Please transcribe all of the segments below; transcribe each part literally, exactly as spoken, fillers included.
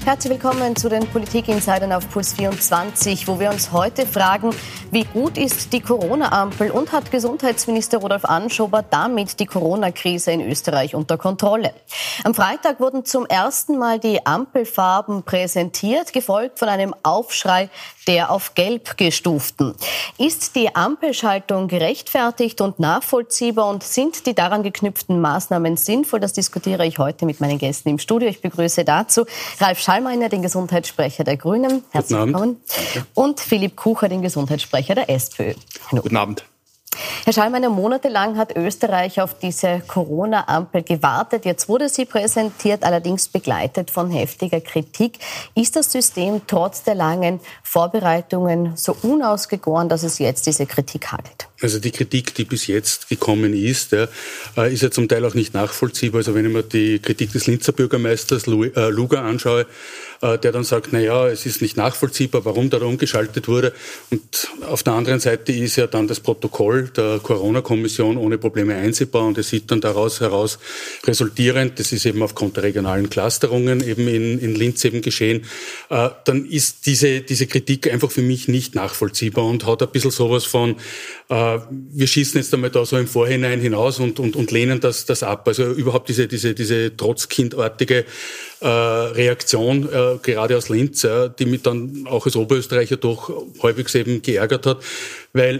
Herzlich willkommen zu den Politik-Insidern auf Puls vierundzwanzig, wo wir uns heute fragen, wie gut ist die Corona-Ampel und hat Gesundheitsminister Rudolf Anschober damit die Corona-Krise in Österreich unter Kontrolle? Am Freitag wurden zum ersten Mal die Ampelfarben präsentiert, gefolgt von einem Aufschrei der auf Gelb gestuften. Ist die Ampelschaltung gerechtfertigt und nachvollziehbar und sind die daran geknüpften Maßnahmen sinnvoll? Das diskutiere ich heute mit meinen Gästen im Studio. Ich begrüße dazu Ralf Schallmeiner, den Gesundheitssprecher der Grünen. Herzlich willkommen. Und Philipp Kucher, den Gesundheitssprecher der SPÖ. Hallo. Guten Abend. Herr Schallmeiner, monatelang hat Österreich auf diese Corona-Ampel gewartet. Jetzt wurde sie präsentiert, allerdings begleitet von heftiger Kritik. Ist das System trotz der langen Vorbereitungen so unausgegoren, dass es jetzt diese Kritik hagelt? Also die Kritik, die bis jetzt gekommen ist, ja, ist ja zum Teil auch nicht nachvollziehbar. Also wenn ich mir die Kritik des Linzer Bürgermeisters Luger anschaue, der dann sagt, na ja, es ist nicht nachvollziehbar, warum da umgeschaltet wurde. Und auf der anderen Seite ist ja dann das Protokoll der Corona-Kommission ohne Probleme einsehbar und es sieht dann daraus heraus resultierend, das ist eben aufgrund der regionalen Clusterungen eben in, in Linz eben geschehen, äh, dann ist diese, diese Kritik einfach für mich nicht nachvollziehbar und hat ein bisschen sowas von, äh, wir schießen jetzt einmal da so im Vorhinein hinaus und, und, und lehnen das, das ab. Also überhaupt diese, diese, diese trotzkindartige äh, Reaktion, äh, gerade aus Linz, äh, die mich dann auch als Oberösterreicher doch häufig eben geärgert hat, weil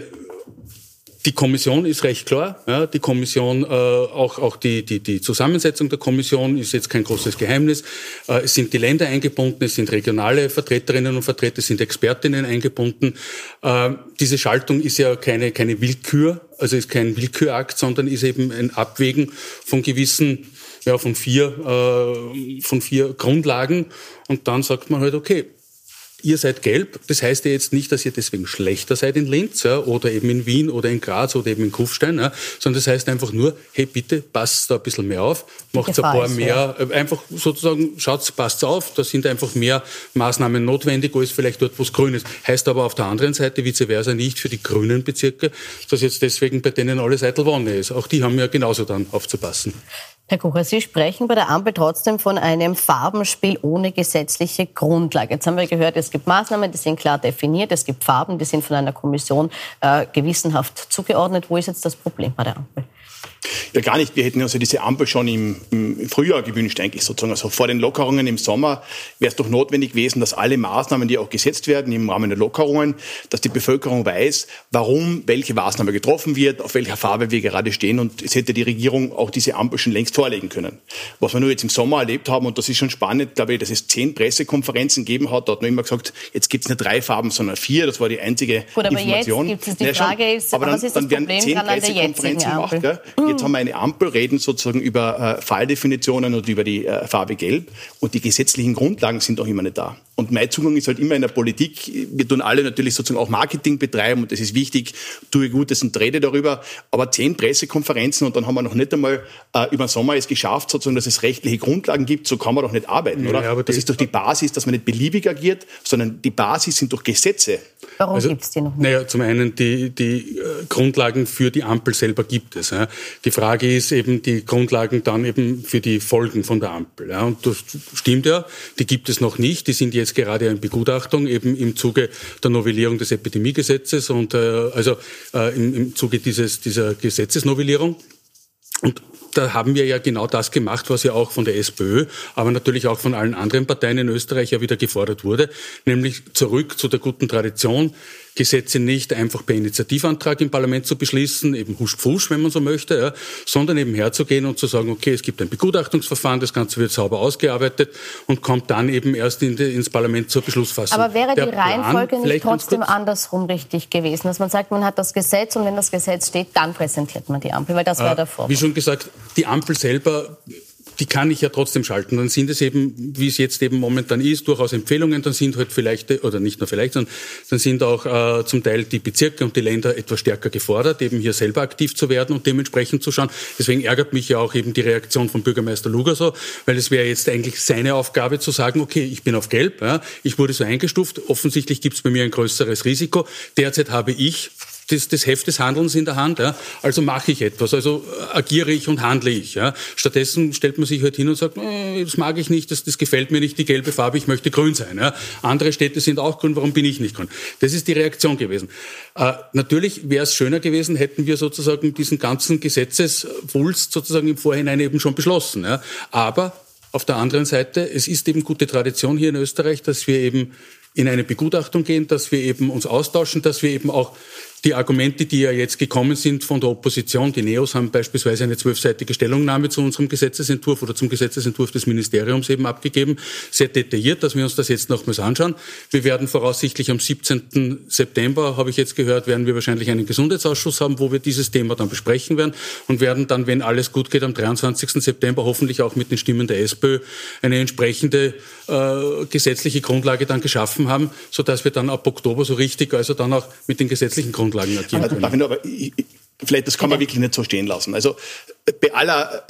die Kommission ist recht klar. Ja, die Kommission, äh, auch, auch die, die, die Zusammensetzung der Kommission ist jetzt kein großes Geheimnis. Äh, es sind die Länder eingebunden, es sind regionale Vertreterinnen und Vertreter, es sind Expertinnen eingebunden. Äh, diese Schaltung ist ja keine, keine Willkür, also ist kein Willkürakt, sondern ist eben ein Abwägen von gewissen, ja, von vier, äh, von vier Grundlagen. Und dann sagt man halt, okay, ihr seid gelb, das heißt ja jetzt nicht, dass ihr deswegen schlechter seid in Linz, ja, oder eben in Wien oder in Graz oder eben in Kufstein, ja, sondern das heißt einfach nur, hey bitte, passt da ein bisschen mehr auf, macht ein paar mehr, ja. einfach sozusagen, schaut, passt auf, da sind einfach mehr Maßnahmen notwendig, als vielleicht dort, wo es grün ist. Heißt aber auf der anderen Seite vice versa nicht für die grünen Bezirke, dass jetzt deswegen bei denen alles eitel Wonne ist. Auch die haben ja genauso dann aufzupassen. Herr Kucher, Sie sprechen bei der Ampel trotzdem von einem Farbenspiel ohne gesetzliche Grundlage. Jetzt haben wir gehört, es gibt Maßnahmen, die sind klar definiert, es gibt Farben, die sind von einer Kommission äh, gewissenhaft zugeordnet. Wo ist jetzt das Problem bei der Ampel? Ja, gar nicht. Wir hätten also diese Ampel schon im, im Frühjahr gewünscht, eigentlich sozusagen. Also vor den Lockerungen im Sommer wäre es doch notwendig gewesen, dass alle Maßnahmen, die auch gesetzt werden im Rahmen der Lockerungen, dass die Bevölkerung weiß, warum welche Maßnahme getroffen wird, auf welcher Farbe wir gerade stehen. Und es hätte die Regierung auch diese Ampel schon längst vorlegen können. Was wir nur jetzt im Sommer erlebt haben, und das ist schon spannend, glaube ich, dass es zehn Pressekonferenzen gegeben hat. Da hat man immer gesagt, jetzt gibt es nicht drei Farben, sondern vier. Das war die einzige Gut, aber Information. Jetzt gibt es die Frage, ja, ist, aber dann, was ist das dann werden Problem zehn an der jetzigen Ampel? Gemacht, Jetzt haben wir eine Ampel, reden sozusagen über äh, Falldefinitionen und über die äh, Farbe Gelb. Und die gesetzlichen Grundlagen sind auch immer nicht da. Und mein Zugang ist halt immer in der Politik. Wir tun alle natürlich sozusagen auch Marketing betreiben und das ist wichtig. Tue Gutes und rede darüber. Aber zehn Pressekonferenzen und dann haben wir noch nicht einmal äh, über den Sommer es geschafft, sozusagen, dass es rechtliche Grundlagen gibt. So kann man doch nicht arbeiten, oder? Ja, aber das ist doch die Basis, dass man nicht beliebig agiert, sondern die Basis sind doch Gesetze. Warum also, gibt es die noch nicht? Naja, zum einen die, die äh, Grundlagen für die Ampel selber gibt es. Ja. Die Frage ist eben die Grundlagen dann eben für die Folgen von der Ampel. Ja. Und das stimmt ja, die gibt es noch nicht. Die sind jetzt gerade in Begutachtung, eben im Zuge der Novellierung des Epidemiegesetzes und äh, also äh, im, im Zuge dieses, dieser Gesetzesnovellierung. Und da haben wir ja genau das gemacht, was ja auch von der SPÖ, aber natürlich auch von allen anderen Parteien in Österreich ja wieder gefordert wurde, nämlich zurück zu der guten Tradition, Gesetze nicht einfach per Initiativantrag im Parlament zu beschließen, eben husch-pfusch, wenn man so möchte, ja, sondern eben herzugehen und zu sagen, okay, es gibt ein Begutachtungsverfahren, das Ganze wird sauber ausgearbeitet und kommt dann eben erst in die, ins Parlament zur Beschlussfassung. Aber wäre die Reihenfolge nicht trotzdem andersrum richtig gewesen, dass man sagt, man hat das Gesetz und wenn das Gesetz steht, dann präsentiert man die Ampel, weil das wäre der Vorwurf. Wie schon gesagt, die Ampel selber, die kann ich ja trotzdem schalten. Dann sind es eben, wie es jetzt eben momentan ist, durchaus Empfehlungen. Dann sind halt vielleicht, oder nicht nur vielleicht, sondern dann sind auch äh, zum Teil die Bezirke und die Länder etwas stärker gefordert, eben hier selber aktiv zu werden und dementsprechend zu schauen. Deswegen ärgert mich ja auch eben die Reaktion von Bürgermeister Luger so, weil es wäre jetzt eigentlich seine Aufgabe zu sagen, okay, ich bin auf Gelb, ja, ich wurde so eingestuft, offensichtlich gibt es bei mir ein größeres Risiko. Derzeit habe ich das, das Heft des Handelns in der Hand, ja, also mache ich etwas, also agiere ich und handle ich. Ja. Stattdessen stellt man sich halt hin und sagt, äh, das mag ich nicht, das, das gefällt mir nicht, die gelbe Farbe, ich möchte grün sein. Ja. Andere Städte sind auch grün, warum bin ich nicht grün? Das ist die Reaktion gewesen. Äh, natürlich wäre es schöner gewesen, hätten wir sozusagen diesen ganzen Gesetzeswulst sozusagen im Vorhinein eben schon beschlossen. Ja. Aber auf der anderen Seite, es ist eben gute Tradition hier in Österreich, dass wir eben in eine Begutachtung gehen, dass wir eben uns austauschen, dass wir eben auch die Argumente, die ja jetzt gekommen sind von der Opposition, die Neos haben beispielsweise eine zwölfseitige Stellungnahme zu unserem Gesetzesentwurf oder zum Gesetzesentwurf des Ministeriums eben abgegeben, sehr detailliert, dass wir uns das jetzt nochmals anschauen. Wir werden voraussichtlich am siebzehnten September, habe ich jetzt gehört, werden wir wahrscheinlich einen Gesundheitsausschuss haben, wo wir dieses Thema dann besprechen werden und werden dann, wenn alles gut geht, am dreiundzwanzigsten September hoffentlich auch mit den Stimmen der SPÖ eine entsprechende äh, gesetzliche Grundlage dann geschaffen haben, sodass wir dann ab Oktober so richtig, also dann auch mit den gesetzlichen Grundlagen Aber, darf ich nur, aber ich, vielleicht, das kann man wirklich nicht so stehen lassen. Also bei aller,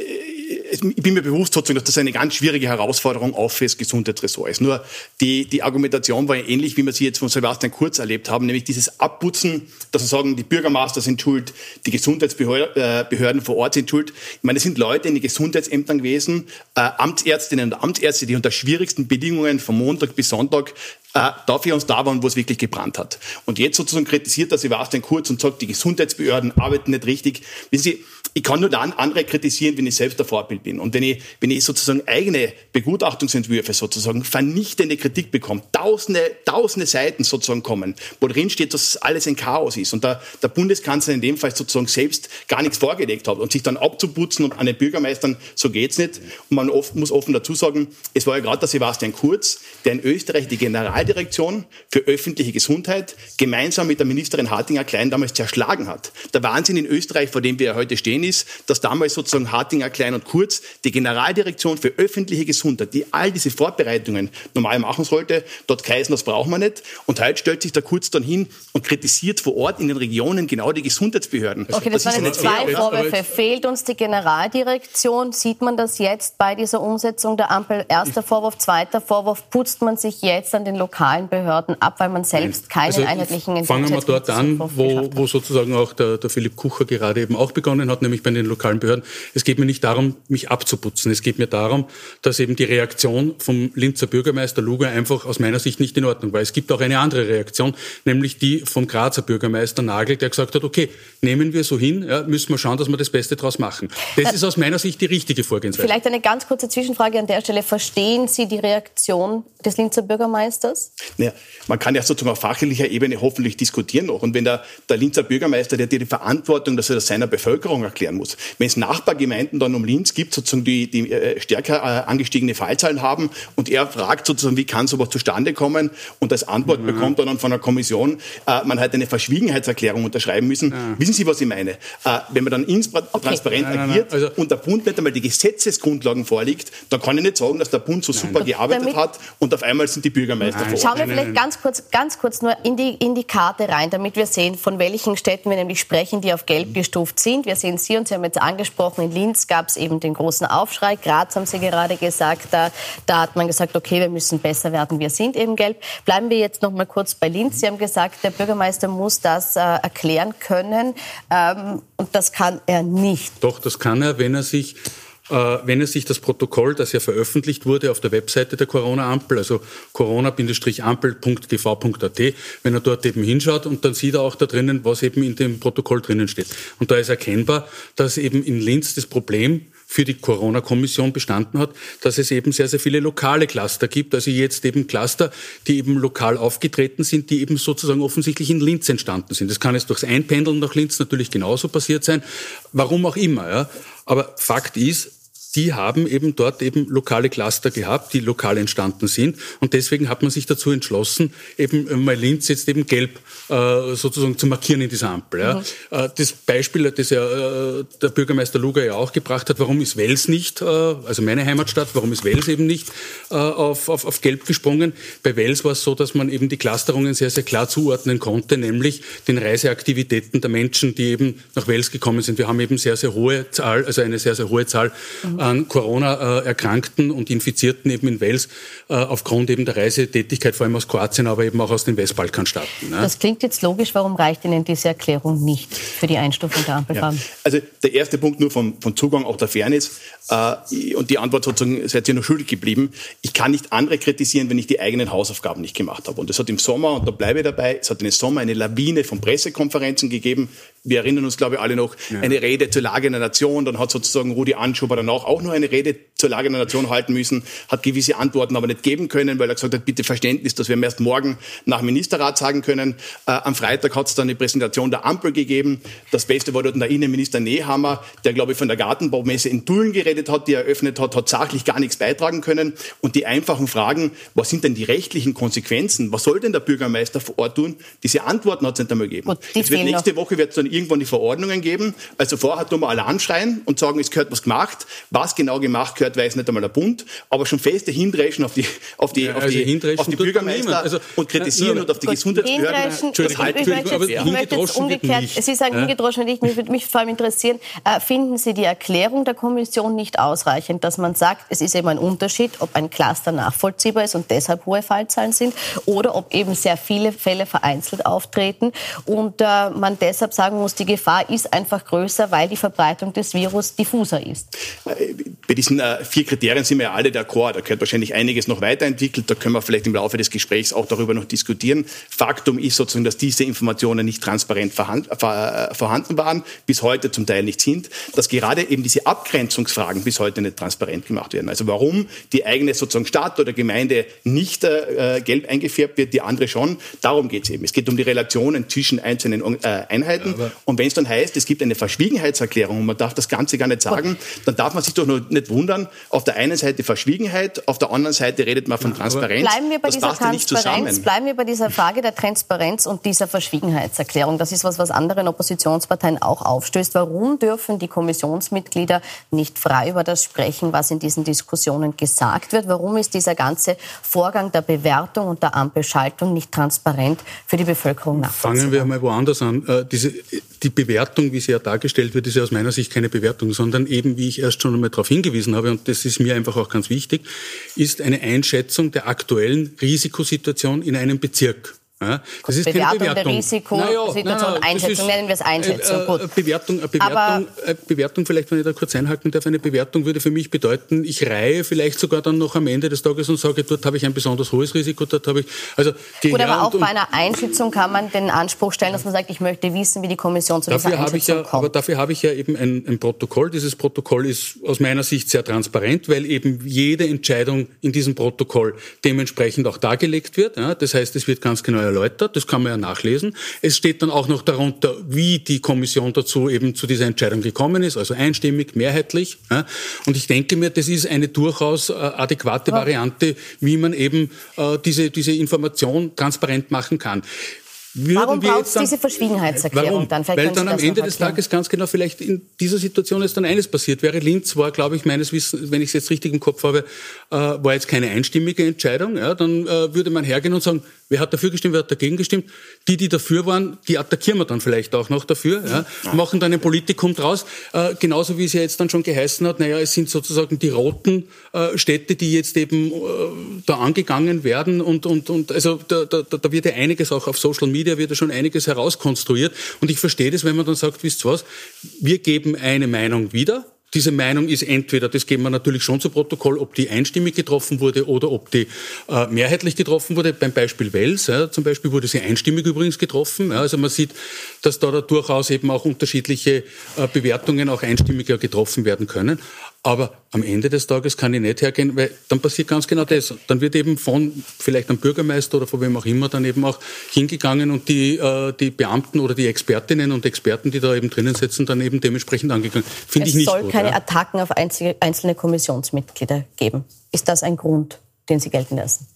ich bin mir bewusst sozusagen, dass das eine ganz schwierige Herausforderung auch für das Gesundheitsressort ist. Nur die, die Argumentation war ja ähnlich, wie wir sie jetzt von Sebastian Kurz erlebt haben, nämlich dieses Abputzen, dass sie sagen, die Bürgermeister sind schuld, die Gesundheitsbehörden vor Ort sind schuld. Ich meine, es sind Leute in den Gesundheitsämtern gewesen, äh, Amtsärztinnen und Amtsärzte, die unter schwierigsten Bedingungen von Montag bis Sonntag äh, dafür uns da waren, wo es wirklich gebrannt hat. Und jetzt sozusagen kritisiert der Sebastian Kurz und sagt, die Gesundheitsbehörden arbeiten nicht richtig. Wissen Sie, ich kann nur dann andere kritisieren, wenn ich selbst der Vorbild bin. Und wenn ich, wenn ich sozusagen eigene Begutachtungsentwürfe sozusagen vernichtende Kritik bekomme, tausende, tausende Seiten sozusagen kommen, wo drin steht, dass alles ein Chaos ist und der, der Bundeskanzler in dem Fall sozusagen selbst gar nichts vorgelegt hat und sich dann abzuputzen und an den Bürgermeistern, so geht's nicht. Und man oft, muss offen dazu sagen, es war ja gerade der Sebastian Kurz, der in Österreich die Generaldirektion für öffentliche Gesundheit gemeinsam mit der Ministerin Hartinger-Klein damals zerschlagen hat. Der Wahnsinn in Österreich, vor dem wir heute stehen, ist, dass damals sozusagen Hartinger, Klein und Kurz die Generaldirektion für öffentliche Gesundheit, die all diese Vorbereitungen normal machen sollte, dort kreisen, das brauchen wir nicht. Und heute stellt sich der Kurz dann hin und kritisiert vor Ort in den Regionen genau die Gesundheitsbehörden. Okay, das, das waren jetzt zwei Vorwürfe. Fehlt uns die Generaldirektion? Sieht man das jetzt bei dieser Umsetzung der Ampel? Erster Vorwurf, zweiter Vorwurf, putzt man sich jetzt an den lokalen Behörden ab, weil man selbst keinen also einheitlichen Entwurf fangen wir dort an, wo, wo sozusagen auch der, der Philipp Kucher gerade eben auch begonnen hat, nämlich bei den lokalen Behörden. Es geht mir nicht darum, mich abzuputzen. Es geht mir darum, dass eben die Reaktion vom Linzer Bürgermeister Luger einfach aus meiner Sicht nicht in Ordnung war. Es gibt auch eine andere Reaktion, nämlich die vom Grazer Bürgermeister Nagel, der gesagt hat, okay, nehmen wir so hin, ja, müssen wir schauen, dass wir das Beste draus machen. Das ist aus meiner Sicht die richtige Vorgehensweise. Vielleicht eine ganz kurze Zwischenfrage an der Stelle. Verstehen Sie die Reaktion des Linzer Bürgermeisters? Naja, man kann ja sozusagen auf fachlicher Ebene hoffentlich diskutieren noch. Und wenn der, der Linzer Bürgermeister, der hat die Verantwortung, dass er das seiner Bevölkerung erklären muss. Wenn es Nachbargemeinden dann um Linz gibt, sozusagen die, die äh, stärker äh, angestiegene Fallzahlen haben und er fragt sozusagen, wie kann sowas zustande kommen und als Antwort mhm. bekommt er dann von der Kommission, äh, man hat eine Verschwiegenheitserklärung unterschreiben müssen. Ja. Wissen Sie, was ich meine? Äh, wenn man dann inspra- okay. transparent nein, nein, agiert nein, also und der Bund nicht einmal die Gesetzesgrundlagen vorliegt, dann kann ich nicht sagen, dass der Bund so nein. super gearbeitet damit hat und auf einmal sind die Bürgermeister nein. vor Ort. Schauen wir vielleicht ganz kurz, ganz kurz nur in die, in die Karte rein, damit wir sehen, von welchen Städten wir nämlich sprechen, die auf gelb gestuft sind. Wir sehen Sie und Sie haben jetzt angesprochen, in Linz gab es eben den großen Aufschrei. Graz haben Sie gerade gesagt, da, da hat man gesagt, okay, wir müssen besser werden, wir sind eben gelb. Bleiben wir jetzt noch mal kurz bei Linz. Sie haben gesagt, der Bürgermeister muss das äh, erklären können ähm, und das kann er nicht. Doch, das kann er, wenn er sich wenn er sich das Protokoll, das ja veröffentlicht wurde auf der Webseite der Corona-Ampel, also corona ampel punkt g v punkt a t, wenn er dort eben hinschaut und dann sieht er auch da drinnen, was eben in dem Protokoll drinnen steht. Und da ist erkennbar, dass eben in Linz das Problem für die Corona-Kommission bestanden hat, dass es eben sehr, sehr viele lokale Cluster gibt, also jetzt eben Cluster, die eben lokal aufgetreten sind, die eben sozusagen offensichtlich in Linz entstanden sind. Das kann jetzt durchs Einpendeln nach Linz natürlich genauso passiert sein, warum auch immer, ja. Aber Fakt ist, die haben eben dort eben lokale Cluster gehabt, die lokal entstanden sind. Und deswegen hat man sich dazu entschlossen, eben mal Linz jetzt eben gelb äh, sozusagen zu markieren in dieser Ampel. Ja. Mhm. Äh, das Beispiel, das ja äh, der Bürgermeister Luger ja auch gebracht hat, warum ist Wels nicht, äh, also meine Heimatstadt, warum ist Wels eben nicht äh, auf, auf, auf gelb gesprungen? Bei Wels war es so, dass man eben die Clusterungen sehr, sehr klar zuordnen konnte, nämlich den Reiseaktivitäten der Menschen, die eben nach Wels gekommen sind. Wir haben eben sehr, sehr hohe Zahl, also eine sehr, sehr hohe Zahl mhm. an Corona äh, Erkrankten und Infizierten eben in Wels äh, aufgrund eben der Reisetätigkeit, vor allem aus Kroatien, aber eben auch aus den Westbalkanstaaten. Ne? Das klingt jetzt logisch. Warum reicht Ihnen diese Erklärung nicht für die Einstufung der Ampelfarben? Ja. Also der erste Punkt nur vom, vom Zugang, auch der Fairness. Äh, und die Antwort sozusagen, seid ihr noch schuldig geblieben. Ich kann nicht andere kritisieren, wenn ich die eigenen Hausaufgaben nicht gemacht habe. Und es hat im Sommer, und da bleibe ich dabei, es hat im Sommer eine Lawine von Pressekonferenzen gegeben. Wir erinnern uns, glaube ich, alle noch, ja. eine Rede zur Lage der Nation. Dann hat sozusagen Rudi Anschober danach auch noch eine Rede zur Lage der Nation halten müssen, hat gewisse Antworten aber nicht geben können, weil er gesagt hat, bitte Verständnis, dass wir erst morgen nach dem Ministerrat sagen können. Äh, am Freitag hat es dann eine Präsentation der Ampel gegeben. Das Beste war dort der Innenminister Nehammer, der, glaube ich, von der Gartenbaumesse in Tulln geredet hat, die er eröffnet hat, hat sachlich gar nichts beitragen können. Und die einfachen Fragen, was sind denn die rechtlichen Konsequenzen? Was soll denn der Bürgermeister vor Ort tun? Diese Antworten hat es nicht einmal gegeben. Gut, Jetzt wird nächste noch. Woche wird es dann irgendwann die Verordnungen geben. Also vorher tun wir alle anschreien und sagen, es gehört was gemacht. Was genau gemacht gehört, weiß nicht einmal der Bund. Aber schon feste hindreschen auf die, auf die, ja, also auf die, auf die Bürgermeister also, und kritisieren ja, und auf die Gesundheitsbehörden. Entschuldigung, ich, ich, ich, ich möchte jetzt umgekehrt, Sie sagen ja? hingedroschen nicht, mich würde mich vor allem interessieren, äh, finden Sie die Erklärung der Kommission nicht ausreichend, dass man sagt, es ist eben ein Unterschied, ob ein Cluster nachvollziehbar ist und deshalb hohe Fallzahlen sind oder ob eben sehr viele Fälle vereinzelt auftreten und äh, man deshalb sagen muss, die Gefahr ist einfach größer, weil die Verbreitung des Virus diffuser ist? Bei diesen äh, vier Kriterien sind wir ja alle d'accord. Da gehört wahrscheinlich einiges noch weiterentwickelt. Da können wir vielleicht im Laufe des Gesprächs auch darüber noch diskutieren. Faktum ist sozusagen, dass diese Informationen nicht transparent vorhanden, ver, äh, vorhanden waren, bis heute zum Teil nicht sind, dass gerade eben diese Abgrenzungsfragen bis heute nicht transparent gemacht werden. Also warum die eigene sozusagen Stadt oder Gemeinde nicht äh, gelb eingefärbt wird, die andere schon, darum geht es eben. Es geht um die Relationen zwischen einzelnen äh, Einheiten. Ja, und wenn es dann heißt, es gibt eine Verschwiegenheitserklärung und man darf das Ganze gar nicht sagen, dann darf man sich doch noch nicht wundern, auf der einen Seite Verschwiegenheit, auf der anderen Seite redet man von Transparenz. Bleiben wir bei das dieser passt ja nicht zusammen. Bleiben wir bei dieser Frage der Transparenz und dieser Verschwiegenheitserklärung. Das ist was, was anderen Oppositionsparteien auch aufstößt. Warum dürfen die Kommissionsmitglieder nicht frei über das sprechen, was in diesen Diskussionen gesagt wird? Warum ist dieser ganze Vorgang der Bewertung und der Ampelschaltung nicht transparent für die Bevölkerung nachvollziehbar? Fangen wir mal woanders an. Äh, diese, die Bewertung, wie sie ja dargestellt wird, ist ja aus meiner Sicht keine Bewertung, sondern eben, wie ich erst schon einmal darauf hingewiesen habe, und das ist mir einfach auch ganz wichtig, ist eine Einschätzung der aktuellen Risikosituation in einem Bezirk. Ja, das ist Bewertung, keine Bewertung der Risikosituation, naja, nein, Einschätzung, ist, nennen wir es Einschätzung. Äh, Gut. Äh, Bewertung, äh, Bewertung, äh, Bewertung, vielleicht, wenn ich da kurz einhaken darf, eine Bewertung würde für mich bedeuten, ich reihe vielleicht sogar dann noch am Ende des Tages und sage, dort habe ich ein besonders hohes Risiko, dort habe ich, also Gut, aber auch bei einer Einschätzung kann man den Anspruch stellen, dass man sagt, ich möchte wissen, wie die Kommission zu dieser Einschätzung ich ja, kommt. Aber dafür habe ich ja eben ein, ein Protokoll. Dieses Protokoll ist aus meiner Sicht sehr transparent, weil eben jede Entscheidung in diesem Protokoll dementsprechend auch dargelegt wird. Ja, das heißt, es wird ganz genau erläutert, das kann man ja nachlesen. Es steht dann auch noch darunter, wie die Kommission dazu eben zu dieser Entscheidung gekommen ist, also einstimmig, mehrheitlich. Ja. Und ich denke mir, das ist eine durchaus äh, adäquate ja. Variante, wie man eben äh, diese, diese Information transparent machen kann. Würden warum braucht es dann, diese Verschwiegenheitserklärung warum? dann? Vielleicht Weil dann am Ende des Tages ganz genau vielleicht in dieser Situation jetzt dann eines passiert wäre. Linz war, glaube ich, meines Wissens, wenn ich es jetzt richtig im Kopf habe, äh, war jetzt keine einstimmige Entscheidung. Ja, dann äh, würde man hergehen und sagen, wer hat dafür gestimmt, wer hat dagegen gestimmt. Die, die dafür waren, die attackieren wir dann vielleicht auch noch dafür, ja, machen dann ein Politikum draus. Äh, genauso wie es ja jetzt dann schon geheißen hat, naja, es sind sozusagen die roten äh, Städte, die jetzt eben äh, da angegangen werden und, und, und also da, da, da wird ja einiges auch auf Social Media wird ja schon einiges herauskonstruiert. Und ich verstehe das, wenn man dann sagt, wisst ihr was, wir geben eine Meinung wieder. Diese Meinung ist entweder, das geben wir natürlich schon zu Protokoll, ob die einstimmig getroffen wurde oder ob die äh, mehrheitlich getroffen wurde. Beim Beispiel Wels ja, zum Beispiel wurde sie einstimmig übrigens getroffen. Ja, also man sieht, dass da, da durchaus eben auch unterschiedliche äh, Bewertungen auch einstimmiger getroffen werden können. Aber am Ende des Tages kann ich nicht hergehen, weil dann passiert ganz genau das. Dann wird eben von vielleicht einem Bürgermeister oder von wem auch immer dann eben auch hingegangen und die, äh, die Beamten oder die Expertinnen und Experten, die da eben drinnen sitzen, dann eben dementsprechend angegangen. Finde ich nicht gut. Es soll keine ja. Attacken auf einzelne Kommissionsmitglieder geben. Ist das ein Grund, den Sie gelten lassen?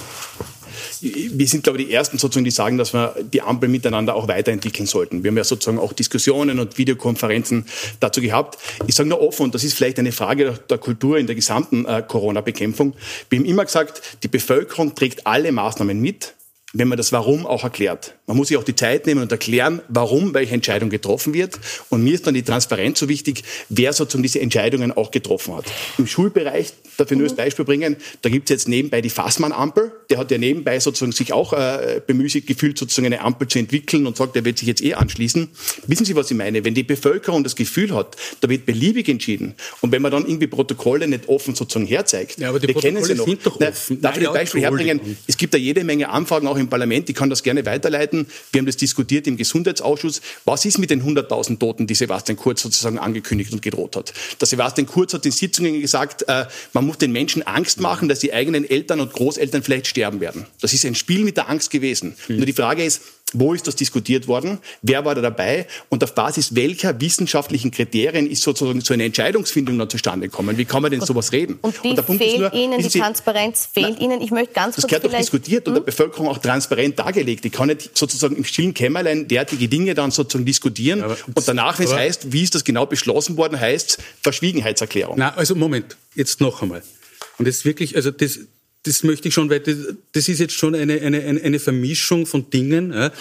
Wir sind, glaube ich, die Ersten sozusagen, die sagen, dass wir die Ampel miteinander auch weiterentwickeln sollten. Wir haben ja sozusagen auch Diskussionen und Videokonferenzen dazu gehabt. Ich sage nur offen, und das ist vielleicht eine Frage der Kultur in der gesamten äh, Corona-Bekämpfung. Wir haben immer gesagt, die Bevölkerung trägt alle Maßnahmen mit, wenn man das Warum auch erklärt. Man muss sich auch die Zeit nehmen und erklären, warum welche Entscheidung getroffen wird. Und mir ist dann die Transparenz so wichtig, wer sozusagen diese Entscheidungen auch getroffen hat. Im Schulbereich, darf ich nur als Beispiel bringen, da gibt es jetzt nebenbei die Fassmann-Ampel. Der hat ja nebenbei sozusagen sich auch äh, bemüßigt gefühlt, sozusagen eine Ampel zu entwickeln und sagt, er wird sich jetzt eh anschließen. Wissen Sie, was ich meine? Wenn die Bevölkerung das Gefühl hat, da wird beliebig entschieden und wenn man dann irgendwie Protokolle nicht offen sozusagen herzeigt, ja, aber die wir Protokolle kennen sie noch. sind doch offen. Na, darf ich ein Beispiel herbringen? Es gibt da jede Menge Anfragen auch im Parlament, ich kann das gerne weiterleiten. Wir haben das diskutiert im Gesundheitsausschuss. Was ist mit den hunderttausend Toten, die Sebastian Kurz sozusagen angekündigt und gedroht hat? Der Sebastian Kurz hat in Sitzungen gesagt, äh, man muss den Menschen Angst machen, dass die eigenen Eltern und Großeltern vielleicht sterben werden. Das ist ein Spiel mit der Angst gewesen. Mhm. Nur die Frage ist, wo ist das diskutiert worden? Wer war da dabei? Und auf Basis welcher wissenschaftlichen Kriterien ist sozusagen so eine Entscheidungsfindung dann zustande gekommen? Wie kann man denn sowas reden? Und die und fehlt nur, Ihnen, die Sie, Transparenz fehlt na, Ihnen. Ich möchte ganz das kurz gehört doch diskutiert und hm? der Bevölkerung auch transparent dargelegt. Ich kann nicht sozusagen im stillen Kämmerlein derartige Dinge dann sozusagen diskutieren ja, und danach, wenn es heißt, wie ist das genau beschlossen worden, heißt Verschwiegenheitserklärung. Na, also Moment, jetzt noch einmal. Und jetzt wirklich, also das... Das möchte ich schon, weil das, das ist jetzt schon eine, eine, eine Vermischung von Dingen. Ja.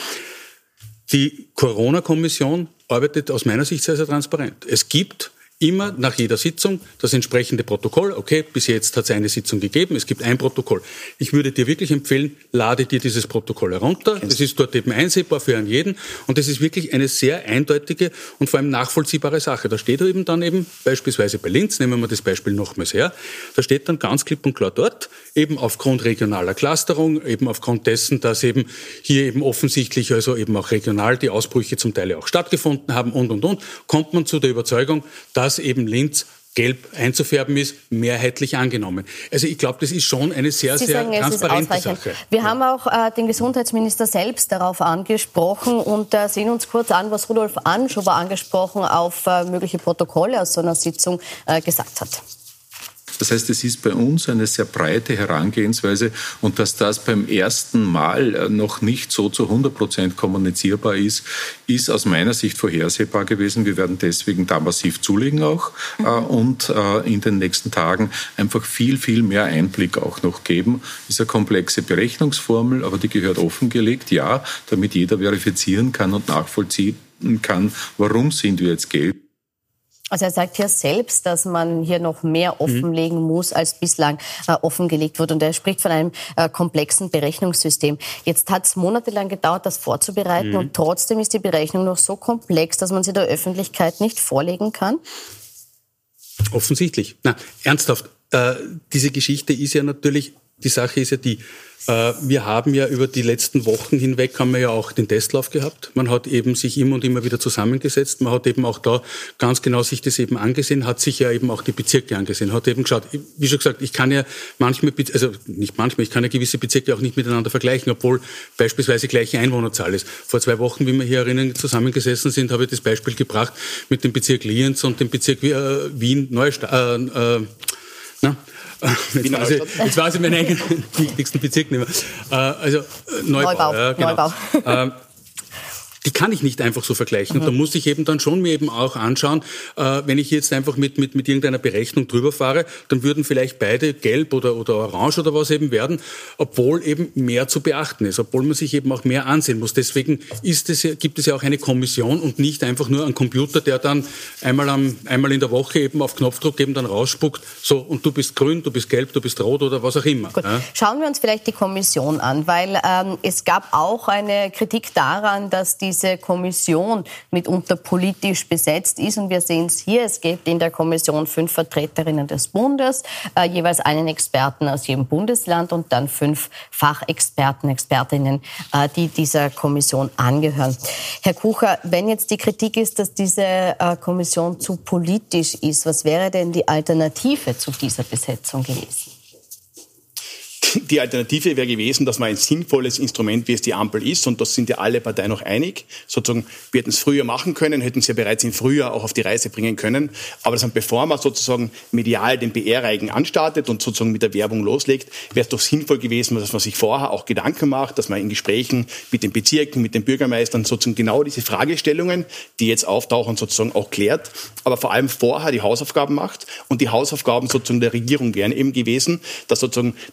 Die Corona-Kommission arbeitet aus meiner Sicht sehr, sehr transparent. Es gibt immer nach jeder Sitzung das entsprechende Protokoll. Okay, bis jetzt hat es eine Sitzung gegeben, es gibt ein Protokoll. Ich würde dir wirklich empfehlen, lade dir dieses Protokoll herunter. Das ist dort eben einsehbar für einen jeden. Und das ist wirklich eine sehr eindeutige und vor allem nachvollziehbare Sache. Da steht eben dann eben, beispielsweise bei Linz, nehmen wir das Beispiel nochmals her, da steht dann ganz klipp und klar dort, eben aufgrund regionaler Clusterung, eben aufgrund dessen, dass eben hier eben offensichtlich also eben auch regional die Ausbrüche zum Teil auch stattgefunden haben und, und, und, kommt man zu der Überzeugung, dass eben Linz gelb einzufärben ist, mehrheitlich angenommen. Also ich glaube, das ist schon eine sehr, Sie sehr sagen, transparente Sache. Wir ja. haben auch äh, den Gesundheitsminister selbst darauf angesprochen und äh, sehen uns kurz an, was Rudolf Anschober angesprochen auf äh, mögliche Protokolle aus so einer Sitzung äh, gesagt hat. Das heißt, es ist bei uns eine sehr breite Herangehensweise und dass das beim ersten Mal noch nicht so zu hundert Prozent kommunizierbar ist, ist aus meiner Sicht vorhersehbar gewesen. Wir werden deswegen da massiv zulegen auch mhm. und in den nächsten Tagen einfach viel, viel mehr Einblick auch noch geben. Das ist eine komplexe Berechnungsformel, aber die gehört offengelegt, ja, damit jeder verifizieren kann und nachvollziehen kann, warum sind wir jetzt gelb. Also er sagt ja selbst, dass man hier noch mehr offenlegen mhm. muss, als bislang äh, offengelegt wird. Und er spricht von einem äh, komplexen Berechnungssystem. Jetzt hat es monatelang gedauert, das vorzubereiten. Mhm. Und trotzdem ist die Berechnung noch so komplex, dass man sie der Öffentlichkeit nicht vorlegen kann? Offensichtlich. Na, ernsthaft. Äh, diese Geschichte ist ja natürlich, die Sache ist ja die, wir haben ja über die letzten Wochen hinweg haben wir ja auch den Testlauf gehabt. Man hat eben sich immer und immer wieder zusammengesetzt. Man hat eben auch da ganz genau sich das eben angesehen, hat sich ja eben auch die Bezirke angesehen, hat eben geschaut, wie schon gesagt, ich kann ja manchmal, also nicht manchmal, ich kann ja gewisse Bezirke auch nicht miteinander vergleichen, obwohl beispielsweise gleiche Einwohnerzahl ist. Vor zwei Wochen, wie wir hier erinnern, zusammengesessen sind, habe ich das Beispiel gebracht mit dem Bezirk Lienz und dem Bezirk äh, Wien-Neustadt. Äh, äh, na, Jetzt weiß, ich, jetzt weiß ich meinen eigenen wichtigsten Bezirk nicht mehr. Also Neubau. Neubau. Ja, genau. Neubau. Ähm, die kann ich nicht einfach so vergleichen. Mhm. Und da muss ich eben dann schon mir eben auch anschauen, äh, wenn ich jetzt einfach mit, mit, mit irgendeiner Berechnung drüber fahre, dann würden vielleicht beide gelb oder, oder orange oder was eben werden, obwohl eben mehr zu beachten ist, obwohl man sich eben auch mehr ansehen muss. Deswegen ist es, gibt es ja auch eine Kommission und nicht einfach nur einen Computer, der dann einmal, am, einmal in der Woche eben auf Knopfdruck eben dann rausspuckt, so, und du bist grün, du bist gelb, du bist rot oder was auch immer. Gut. Ja? Schauen wir uns vielleicht die Kommission an, weil ähm, es gab auch eine Kritik daran, dass die diese Kommission mitunter politisch besetzt ist. Und wir sehen es hier, es gibt in der Kommission fünf Vertreterinnen des Bundes, äh, jeweils einen Experten aus jedem Bundesland und dann fünf Fachexperten, Expertinnen, äh, die dieser Kommission angehören. Herr Kucher, wenn jetzt die Kritik ist, dass diese äh, Kommission zu politisch ist, was wäre denn die Alternative zu dieser Besetzung gewesen? Die Alternative wäre gewesen, dass man ein sinnvolles Instrument, wie es die Ampel ist, und das sind ja alle Parteien noch einig, sozusagen, wir hätten es früher machen können, hätten es ja bereits im Frühjahr auch auf die Reise bringen können, aber das, bevor man sozusagen medial den B R-Reigen anstartet und sozusagen mit der Werbung loslegt, wäre es doch sinnvoll gewesen, dass man sich vorher auch Gedanken macht, dass man in Gesprächen mit den Bezirken, mit den Bürgermeistern sozusagen genau diese Fragestellungen, die jetzt auftauchen, sozusagen auch klärt, aber vor allem vorher die Hausaufgaben macht, und die Hausaufgaben sozusagen der Regierung wären eben gewesen, dass sozusagen das Handeln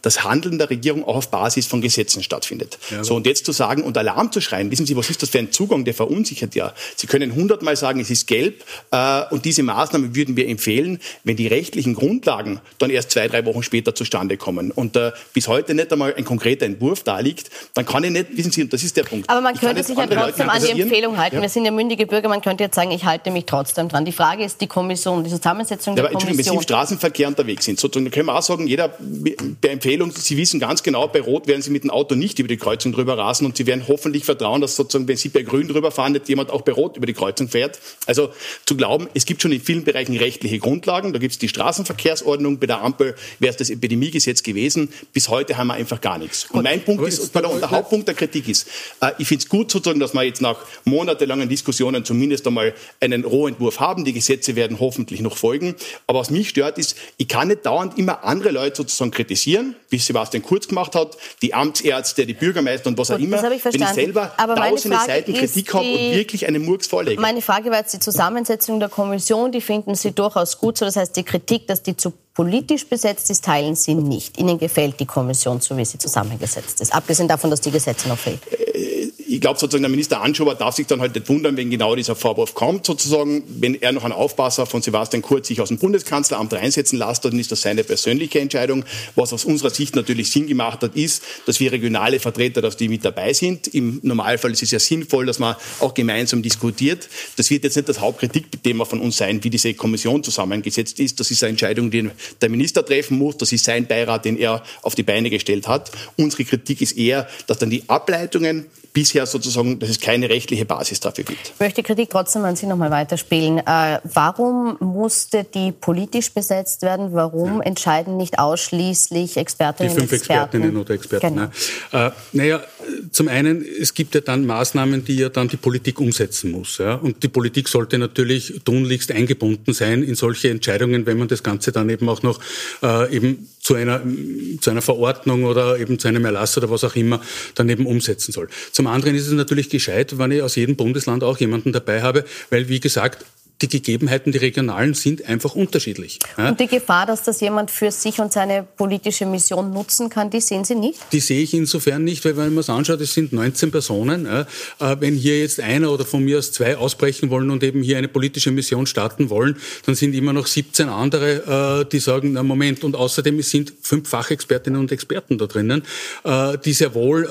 Handeln der Regierung auch auf Basis von Gesetzen stattfindet. Ja, so, und jetzt zu sagen und Alarm zu schreien, wissen Sie, was ist das für ein Zugang, der verunsichert ja. Sie können hundertmal sagen, es ist gelb äh, und diese Maßnahme würden wir empfehlen, wenn die rechtlichen Grundlagen dann erst zwei, drei Wochen später zustande kommen und äh, bis heute nicht einmal ein konkreter Entwurf da liegt, dann kann ich nicht, wissen Sie, und das ist der Punkt. Aber man könnte sich ja trotzdem an die Empfehlung halten. Ja. Wir sind ja mündige Bürger, man könnte jetzt sagen, ich halte mich trotzdem dran. Die Frage ist die Kommission, die Zusammensetzung ja, der Kommission. Wenn Sie im Straßenverkehr unterwegs sind, sozusagen, können wir auch sagen, jeder bei Empfehlung, Sie wissen ganz genau, bei Rot werden Sie mit dem Auto nicht über die Kreuzung drüber rasen und Sie werden hoffentlich vertrauen, dass sozusagen, wenn Sie bei Grün drüber fahren, nicht jemand auch bei Rot über die Kreuzung fährt. Also zu glauben, es gibt schon in vielen Bereichen rechtliche Grundlagen, da gibt es die Straßenverkehrsordnung, bei der Ampel wäre es das Epidemiegesetz gewesen, bis heute haben wir einfach gar nichts. Und mein Punkt ist, bei der, der Hauptpunkt der Kritik ist, äh, ich finde es gut sozusagen, dass wir jetzt nach monatelangen Diskussionen zumindest einmal einen Rohentwurf haben, die Gesetze werden hoffentlich noch folgen, aber was mich stört ist, ich kann nicht dauernd immer andere Leute sozusagen kritisieren, wie Sebastian Kurz gemacht hat, die Amtsärzte, die Bürgermeister und was Gut, auch immer, ich wenn ich selber aber tausende Seiten Kritik habe und wirklich einen Murks vorlege. Meine Frage war jetzt die Zusammensetzung der Kommission, die finden Sie durchaus gut, so das heißt die Kritik, dass die zu politisch besetzt ist, teilen Sie nicht. Ihnen gefällt die Kommission, so wie sie zusammengesetzt ist, abgesehen davon, dass die Gesetze noch fehlen. Ich glaube sozusagen, der Minister Anschober darf sich dann halt nicht wundern, wenn genau dieser Vorwurf kommt sozusagen. Wenn er noch einen Aufpasser von Sebastian Kurz sich aus dem Bundeskanzleramt reinsetzen lässt, dann ist das seine persönliche Entscheidung. Was aus unserer Sicht natürlich Sinn gemacht hat, ist, dass wir regionale Vertreter, dass die mit dabei sind. Im Normalfall ist es ja sinnvoll, dass man auch gemeinsam diskutiert. Das wird jetzt nicht das Hauptkritikthema von uns sein, wie diese Kommission zusammengesetzt ist. Das ist eine Entscheidung, die der Minister treffen muss. Das ist sein Beirat, den er auf die Beine gestellt hat. Unsere Kritik ist eher, dass dann die Ableitungen bisher sozusagen, dass es keine rechtliche Basis dafür gibt. Ich möchte die Kritik trotzdem an Sie noch mal weiterspielen. Äh, warum musste die politisch besetzt werden? Warum ja. entscheiden nicht ausschließlich Expertinnen und Experten? Die fünf Expertinnen oder Experten. Genau. Ja. Äh, naja, zum einen, es gibt ja dann Maßnahmen, die ja dann die Politik umsetzen muss. Ja? Und die Politik sollte natürlich tunlichst eingebunden sein in solche Entscheidungen, wenn man das Ganze dann eben auch noch äh, eben zu einer, zu einer Verordnung oder eben zu einem Erlass oder was auch immer dann eben umsetzen soll. Zum anderen ist es natürlich gescheit, wenn ich aus jedem Bundesland auch jemanden dabei habe, weil, wie gesagt, die Gegebenheiten, die regionalen, sind einfach unterschiedlich. Ja? Und die Gefahr, dass das jemand für sich und seine politische Mission nutzen kann, die sehen Sie nicht? Die sehe ich insofern nicht, weil wenn man es anschaut, es sind neunzehn Personen. Ja? Wenn hier jetzt einer oder von mir aus zwei ausbrechen wollen und eben hier eine politische Mission starten wollen, dann sind immer noch siebzehn andere, die sagen, na Moment, und außerdem es sind fünf Fachexpertinnen und Experten da drinnen, die sehr wohl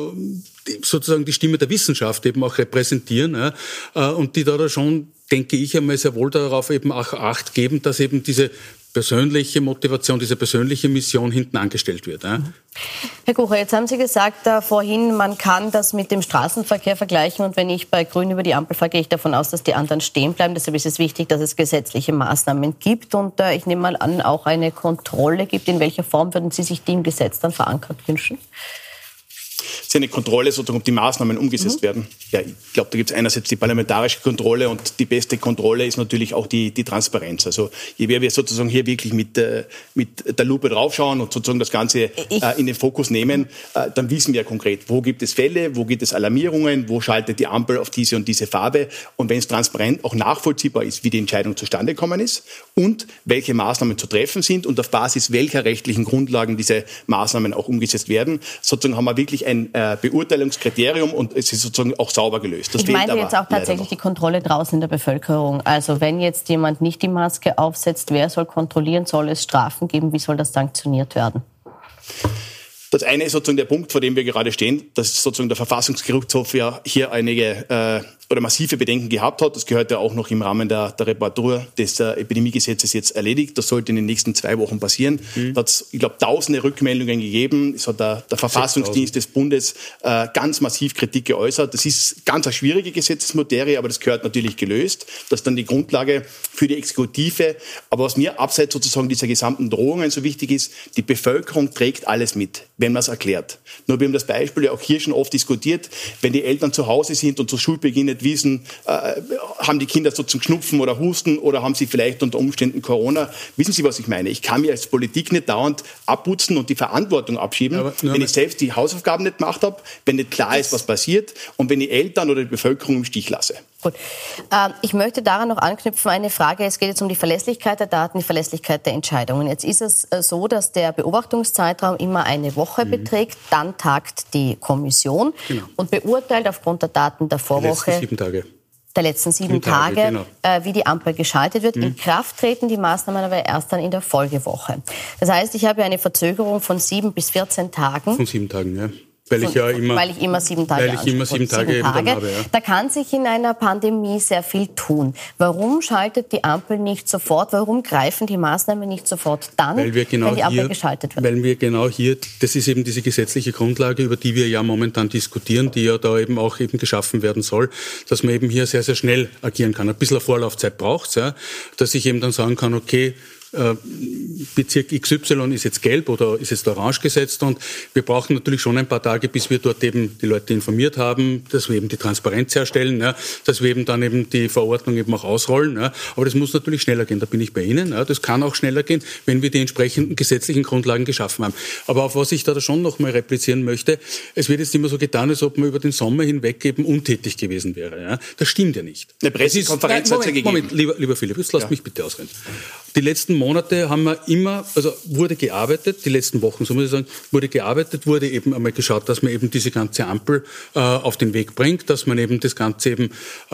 sozusagen die Stimme der Wissenschaft eben auch repräsentieren, ja? Und die da schon, denke ich einmal, sehr wohl darauf eben auch Acht geben, dass eben diese persönliche Motivation, diese persönliche Mission hinten angestellt wird. Ja? Herr Kucher, jetzt haben Sie gesagt äh, vorhin, man kann das mit dem Straßenverkehr vergleichen und wenn ich bei Grün über die Ampel fahre, gehe ich davon aus, dass die anderen stehen bleiben. Deshalb ist es wichtig, dass es gesetzliche Maßnahmen gibt und äh, ich nehme mal an, auch eine Kontrolle gibt. In welcher Form würden Sie sich die im Gesetz dann verankert wünschen? Es ist eine Kontrolle, sozusagen, ob die Maßnahmen umgesetzt mhm. werden. Ja, ich glaube, da gibt es einerseits die parlamentarische Kontrolle und die beste Kontrolle ist natürlich auch die, die Transparenz. Also je mehr wir sozusagen hier wirklich mit, äh, mit der Lupe draufschauen und sozusagen das Ganze äh, in den Fokus nehmen, äh, dann wissen wir konkret, wo gibt es Fälle, wo gibt es Alarmierungen, wo schaltet die Ampel auf diese und diese Farbe. Und wenn es transparent auch nachvollziehbar ist, wie die Entscheidung zustande gekommen ist und welche Maßnahmen zu treffen sind und auf Basis welcher rechtlichen Grundlagen diese Maßnahmen auch umgesetzt werden, sozusagen haben wir wirklich ein äh, Beurteilungskriterium und es ist sozusagen auch sauber gelöst. Das ich meine jetzt auch tatsächlich die Kontrolle draußen in der Bevölkerung. Also wenn jetzt jemand nicht die Maske aufsetzt, wer soll kontrollieren, soll es Strafen geben, wie soll das sanktioniert werden? Das eine ist sozusagen der Punkt, vor dem wir gerade stehen, dass sozusagen der Verfassungsgerichtshof ja hier einige äh, oder massive Bedenken gehabt hat. Das gehört ja auch noch im Rahmen der, der Reparatur des äh, Epidemiegesetzes jetzt erledigt. Das sollte in den nächsten zwei Wochen passieren. Mhm. Da hat es, ich glaube, tausende Rückmeldungen gegeben. Es hat der, der Verfassungsdienst des Bundes äh, ganz massiv Kritik geäußert. Das ist ganz eine schwierige Gesetzesmaterie, aber das gehört natürlich gelöst. Das ist dann die Grundlage für die Exekutive. Aber was mir abseits sozusagen dieser gesamten Drohungen so wichtig ist, die Bevölkerung trägt alles mit, wenn man es erklärt. Nur wir haben das Beispiel ja auch hier schon oft diskutiert, wenn die Eltern zu Hause sind und zu Schulbeginn nicht wissen, äh, haben die Kinder so zum Schnupfen oder Husten oder haben sie vielleicht unter Umständen Corona? Wissen Sie, was ich meine? Ich kann mir als Politik nicht dauernd abputzen und die Verantwortung abschieben, aber, wenn ich selbst die Hausaufgaben nicht gemacht habe, wenn nicht klar ist, was passiert und wenn ich Eltern oder die Bevölkerung im Stich lasse. Gut. Ähm, ich möchte daran noch anknüpfen, eine Frage. Es geht jetzt um die Verlässlichkeit der Daten, die Verlässlichkeit der Entscheidungen. Jetzt ist es äh, so, dass der Beobachtungszeitraum immer eine Woche mhm. beträgt. Dann tagt die Kommission genau. und beurteilt aufgrund der Daten der Vorwoche. Letzten sieben Tage. der letzten sieben Tage, Tage genau. äh, wie die Ampel geschaltet wird. Mhm. In Kraft treten die Maßnahmen aber erst dann in der Folgewoche. Das heißt, ich habe eine Verzögerung von sieben bis vierzehn Tagen. Von sieben Tagen, ja. Weil ich, ja immer, weil ich immer sieben Tage weil ich immer sieben Tage, sieben Tage. Eben habe, ja. Da kann sich in einer Pandemie sehr viel tun. Warum schaltet die Ampel nicht sofort? Warum greifen die Maßnahmen nicht sofort dann, weil wir genau wenn die Ampel hier, geschaltet wird? Weil wir genau hier, das ist eben diese gesetzliche Grundlage, über die wir ja momentan diskutieren, die ja da eben auch eben geschaffen werden soll, dass man eben hier sehr, sehr schnell agieren kann. Ein bisschen Vorlaufzeit braucht es, ja, dass ich eben dann sagen kann, okay, Bezirk X Y ist jetzt gelb oder ist jetzt orange gesetzt und wir brauchen natürlich schon ein paar Tage, bis wir dort eben die Leute informiert haben, dass wir eben die Transparenz herstellen, ja, dass wir eben dann eben die Verordnung eben auch ausrollen. Ja. Aber das muss natürlich schneller gehen, da bin ich bei Ihnen. Ja. Das kann auch schneller gehen, wenn wir die entsprechenden gesetzlichen Grundlagen geschaffen haben. Aber auf was ich da schon noch mal replizieren möchte, es wird jetzt immer so getan, als ob man über den Sommer hinweg eben untätig gewesen wäre. Ja. Das stimmt ja nicht. Eine Pressekonferenz hat es ja gegeben. Moment, lieber, lieber Philipp, jetzt lass ja. mich bitte ausreden. Die letzten Monate haben wir immer, also wurde gearbeitet, die letzten Wochen, so muss ich sagen, wurde gearbeitet, wurde eben einmal geschaut, dass man eben diese ganze Ampel äh, auf den Weg bringt, dass man eben das Ganze eben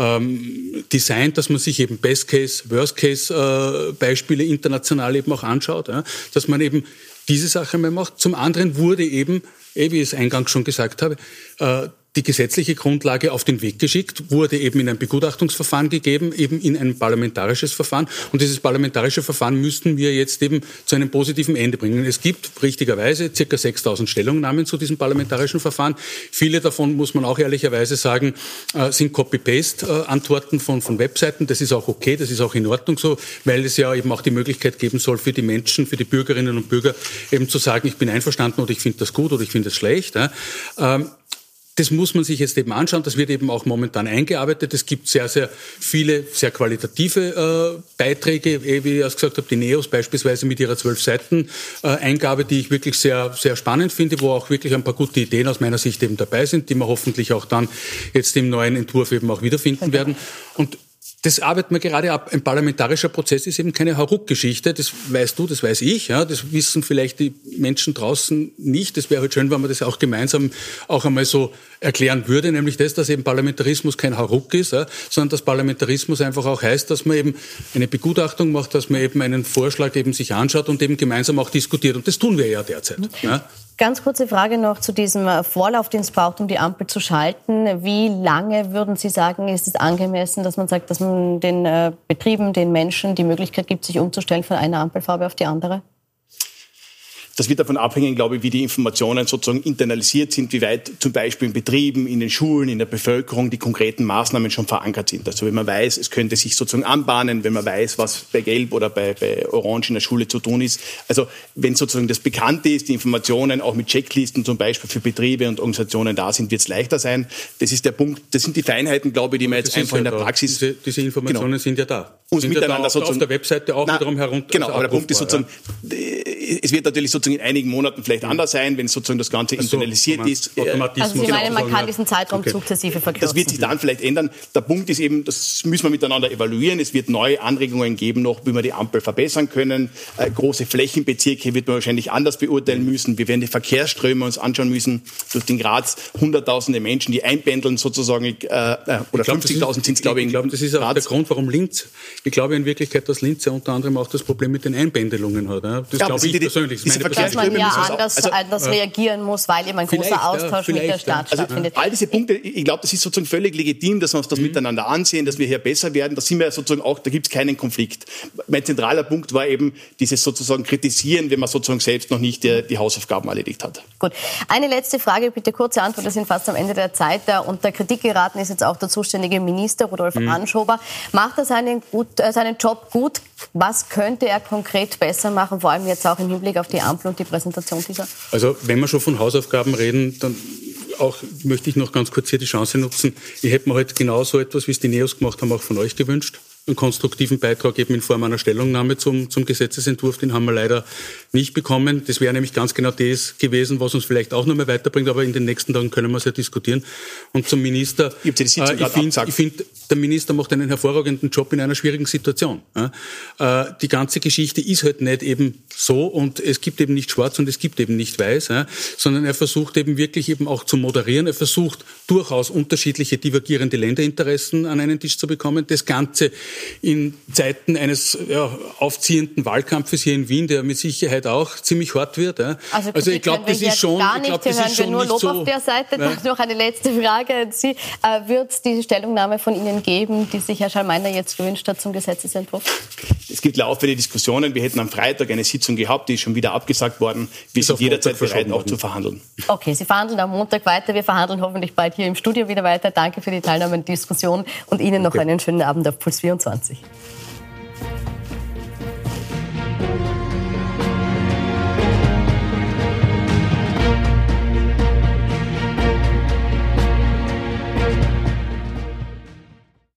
ähm, designt, dass man sich eben Best-Case, Worst-Case-Beispiele äh, international eben auch anschaut, ja, dass man eben diese Sache mal macht. Zum anderen wurde eben, eh, wie ich es eingangs schon gesagt habe, äh, die gesetzliche Grundlage auf den Weg geschickt, wurde eben in ein Begutachtungsverfahren gegeben, eben in ein parlamentarisches Verfahren. Und dieses parlamentarische Verfahren müssten wir jetzt eben zu einem positiven Ende bringen. Es gibt richtigerweise ca. sechstausend Stellungnahmen zu diesem parlamentarischen Verfahren. Viele davon, muss man auch ehrlicherweise sagen, sind Copy-Paste-Antworten von, von Webseiten. Das ist auch okay, das ist auch in Ordnung so, weil es ja eben auch die Möglichkeit geben soll für die Menschen, für die Bürgerinnen und Bürger eben zu sagen, ich bin einverstanden oder ich finde das gut oder ich finde das schlecht. Ja. Das muss man sich jetzt eben anschauen. Das wird eben auch momentan eingearbeitet. Es gibt sehr, sehr viele, sehr qualitative äh, Beiträge, wie ich gesagt habe, die Neos beispielsweise mit ihrer zwölf Seiten äh, Eingabe, die ich wirklich sehr, sehr spannend finde, wo auch wirklich ein paar gute Ideen aus meiner Sicht eben dabei sind, die wir hoffentlich auch dann jetzt im neuen Entwurf eben auch wiederfinden okay. werden. Und das arbeiten wir gerade ab. Ein parlamentarischer Prozess ist eben keine Hauruck-Geschichte. Das weißt du, das weiß ich. Ja. Das wissen vielleicht die Menschen draußen nicht. Das wäre halt schön, wenn man das auch gemeinsam auch einmal so erklären würde. Nämlich das, dass eben Parlamentarismus kein Hauruck ist, ja, sondern dass Parlamentarismus einfach auch heißt, dass man eben eine Begutachtung macht, dass man eben einen Vorschlag eben sich anschaut und eben gemeinsam auch diskutiert. Und das tun wir ja derzeit. Ja. Ganz kurze Frage noch zu diesem Vorlauf, den es braucht, um die Ampel zu schalten. Wie lange würden Sie sagen, ist es angemessen, dass man sagt, dass man den äh, Betrieben, den Menschen die Möglichkeit gibt, sich umzustellen von einer Ampelfarbe auf die andere? Das wird davon abhängen, glaube ich, wie die Informationen sozusagen internalisiert sind, wie weit zum Beispiel in Betrieben, in den Schulen, in der Bevölkerung die konkreten Maßnahmen schon verankert sind. Also wenn man weiß, es könnte sich sozusagen anbahnen, wenn man weiß, was bei Gelb oder bei, bei Orange in der Schule zu tun ist. Also wenn sozusagen das Bekannte ist, die Informationen auch mit Checklisten zum Beispiel für Betriebe und Organisationen da sind, wird es leichter sein. Das ist der Punkt, das sind die Feinheiten, glaube ich, die man jetzt einfach ja in der da. Praxis... Diese, diese Informationen genau. sind ja da. Uns miteinander ja da sozusagen... Auf der Webseite auch na, wiederum herunter... Genau, also aber der Punkt ist sozusagen... Ja. Es wird natürlich sozusagen in einigen Monaten vielleicht anders sein, wenn sozusagen das Ganze also, internalisiert ist. Also Sie meinen, man kann diesen Zeitraum okay. sukzessive verkürzen? Das wird sich dann vielleicht ändern. Der Punkt ist eben, das müssen wir miteinander evaluieren. Es wird neue Anregungen geben noch, wie wir die Ampel verbessern können. Äh, große Flächenbezirke wird man wahrscheinlich anders beurteilen müssen. Wir werden die Verkehrsströme uns anschauen müssen. Durch den Graz hunderttausende Menschen, die einpendeln sozusagen, äh, oder fünfzigtausend sind es, glaube ich. Ich glaube, das ist auch Graz. Der Grund, warum Linz, ich glaube in Wirklichkeit, dass Linz ja unter anderem auch das Problem mit den Einpendelungen hat. Ja? Das ja, glaube ich die, persönlich. Das ist dass man ja anders, also, anders reagieren muss, weil eben ein großer Austausch ja, mit der Stadt also, stattfindet. All diese Punkte, ich glaube, das ist sozusagen völlig legitim, dass wir uns das mhm. miteinander ansehen, dass wir hier besser werden. Da sind wir sozusagen auch, da gibt es keinen Konflikt. Mein zentraler Punkt war eben dieses sozusagen Kritisieren, wenn man sozusagen selbst noch nicht die, die Hausaufgaben erledigt hat. Gut. Eine letzte Frage, bitte kurze Antwort. Wir sind fast am Ende der Zeit. Unter Kritik geraten ist jetzt auch der zuständige Minister Rudolf mhm. Anschober. Macht er seinen, gut, äh, seinen Job gut? Was könnte er konkret besser machen, vor allem jetzt auch im Hinblick auf die Ampel und die Präsentation dieser? Also wenn wir schon von Hausaufgaben reden, dann auch möchte ich noch ganz kurz hier die Chance nutzen. Ich hätte mir halt genauso etwas, wie es die NEOS gemacht haben, auch von euch gewünscht. Einen konstruktiven Beitrag eben in Form einer Stellungnahme zum, zum Gesetzesentwurf, den haben wir leider nicht bekommen. Das wäre nämlich ganz genau das gewesen, was uns vielleicht auch noch mal weiterbringt, aber in den nächsten Tagen können wir es ja diskutieren. Und zum Minister, ich, äh, ich finde, find, der Minister macht einen hervorragenden Job in einer schwierigen Situation. Äh, die ganze Geschichte ist halt nicht eben so und es gibt eben nicht schwarz und es gibt eben nicht weiß, äh, sondern er versucht eben wirklich eben auch zu moderieren. Er versucht durchaus unterschiedliche divergierende Länderinteressen an einen Tisch zu bekommen. Das Ganze in Zeiten eines ja, aufziehenden Wahlkampfes hier in Wien, der mit Sicherheit auch ziemlich hart wird. Ja. Also, also ich glaube, das ist schon, gar ich nicht, glaub, das hören ist schon wir nur nicht Lob so, auf der Seite. Ja. Noch eine letzte Frage an Sie. Äh, wird es diese Stellungnahme von Ihnen geben, die sich Herr Schallmeiner jetzt gewünscht hat zum Gesetzesentwurf? Es gibt laufende Diskussionen. Wir hätten am Freitag eine Sitzung gehabt, die ist schon wieder abgesagt worden. Wir sind jederzeit bereit, auch zu verhandeln. Okay, Sie verhandeln am Montag weiter. Wir verhandeln hoffentlich bald hier im Studio wieder weiter. Danke für die Teilnahme an der Diskussion und Ihnen noch okay. einen schönen Abend auf Puls vierundzwanzig.